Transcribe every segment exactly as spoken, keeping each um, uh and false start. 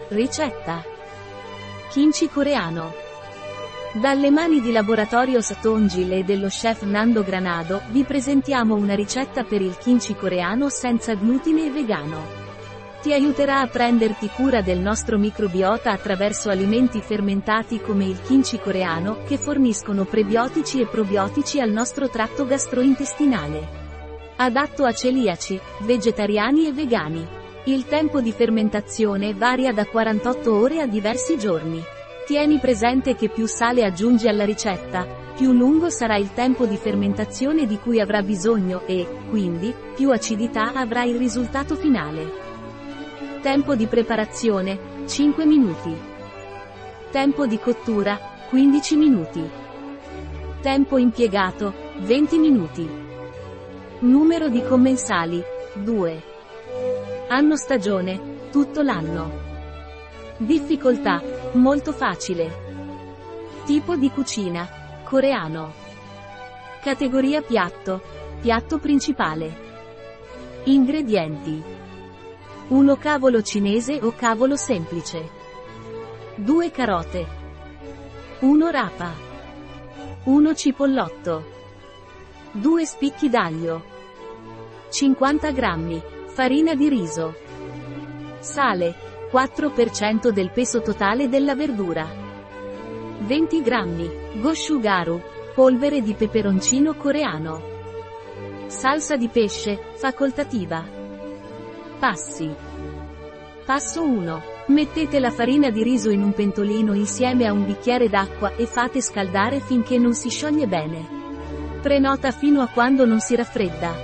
Ricetta: kimchi coreano. Dalle mani di Laboratorios Tongil e dello chef Nando Granado, vi presentiamo una ricetta per il kimchi coreano senza glutine e vegano. Ti aiuterà a prenderti cura del nostro microbiota attraverso alimenti fermentati come il kimchi coreano, che forniscono prebiotici e probiotici al nostro tratto gastrointestinale. Adatto a celiaci, vegetariani e vegani. Il tempo di fermentazione varia da quarantotto ore a diversi giorni. Tieni presente che più sale aggiungi alla ricetta, più lungo sarà il tempo di fermentazione di cui avrà bisogno e, quindi, più acidità avrà il risultato finale. Tempo di preparazione, cinque minuti. Tempo di cottura, quindici minuti. Tempo impiegato, venti minuti. Numero di commensali, due. Anno stagione, tutto l'anno. Difficoltà, molto facile. Tipo di cucina, coreano. Categoria piatto, piatto principale. Ingredienti: uno cavolo cinese o cavolo semplice, due carote, uno rapa, uno cipollotto, due spicchi d'aglio, cinquanta grammi, farina di riso, sale, quattro per cento del peso totale della verdura, venti grammi, gochugaru, polvere di peperoncino coreano, salsa di pesce, facoltativa. Passi. Passo uno. Mettete la farina di riso in un pentolino insieme a un bicchiere d'acqua e fate scaldare finché non si scioglie bene. Prenota fino a quando non si raffredda.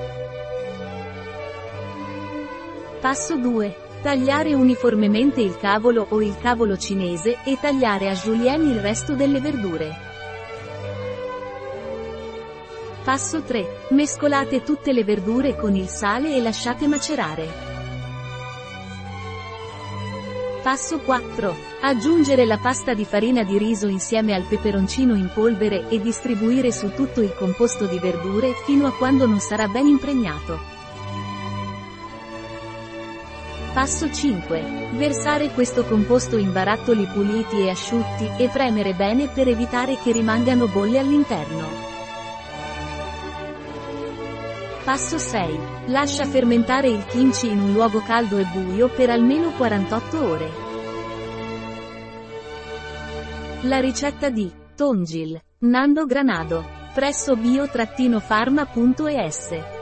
Passo due. Tagliare uniformemente il cavolo o il cavolo cinese e tagliare a julienne il resto delle verdure. Passo tre. Mescolate tutte le verdure con il sale e lasciate macerare. Passo quattro. Aggiungere la pasta di farina di riso insieme al peperoncino in polvere e distribuire su tutto il composto di verdure fino a quando non sarà ben impregnato. Passo cinque. Versare questo composto in barattoli puliti e asciutti, e premere bene per evitare che rimangano bolle all'interno. Passo sei. Lascia fermentare il kimchi in un luogo caldo e buio per almeno quarantotto ore. La ricetta di Tongil, Nando Granado, presso bio-pharma punto es.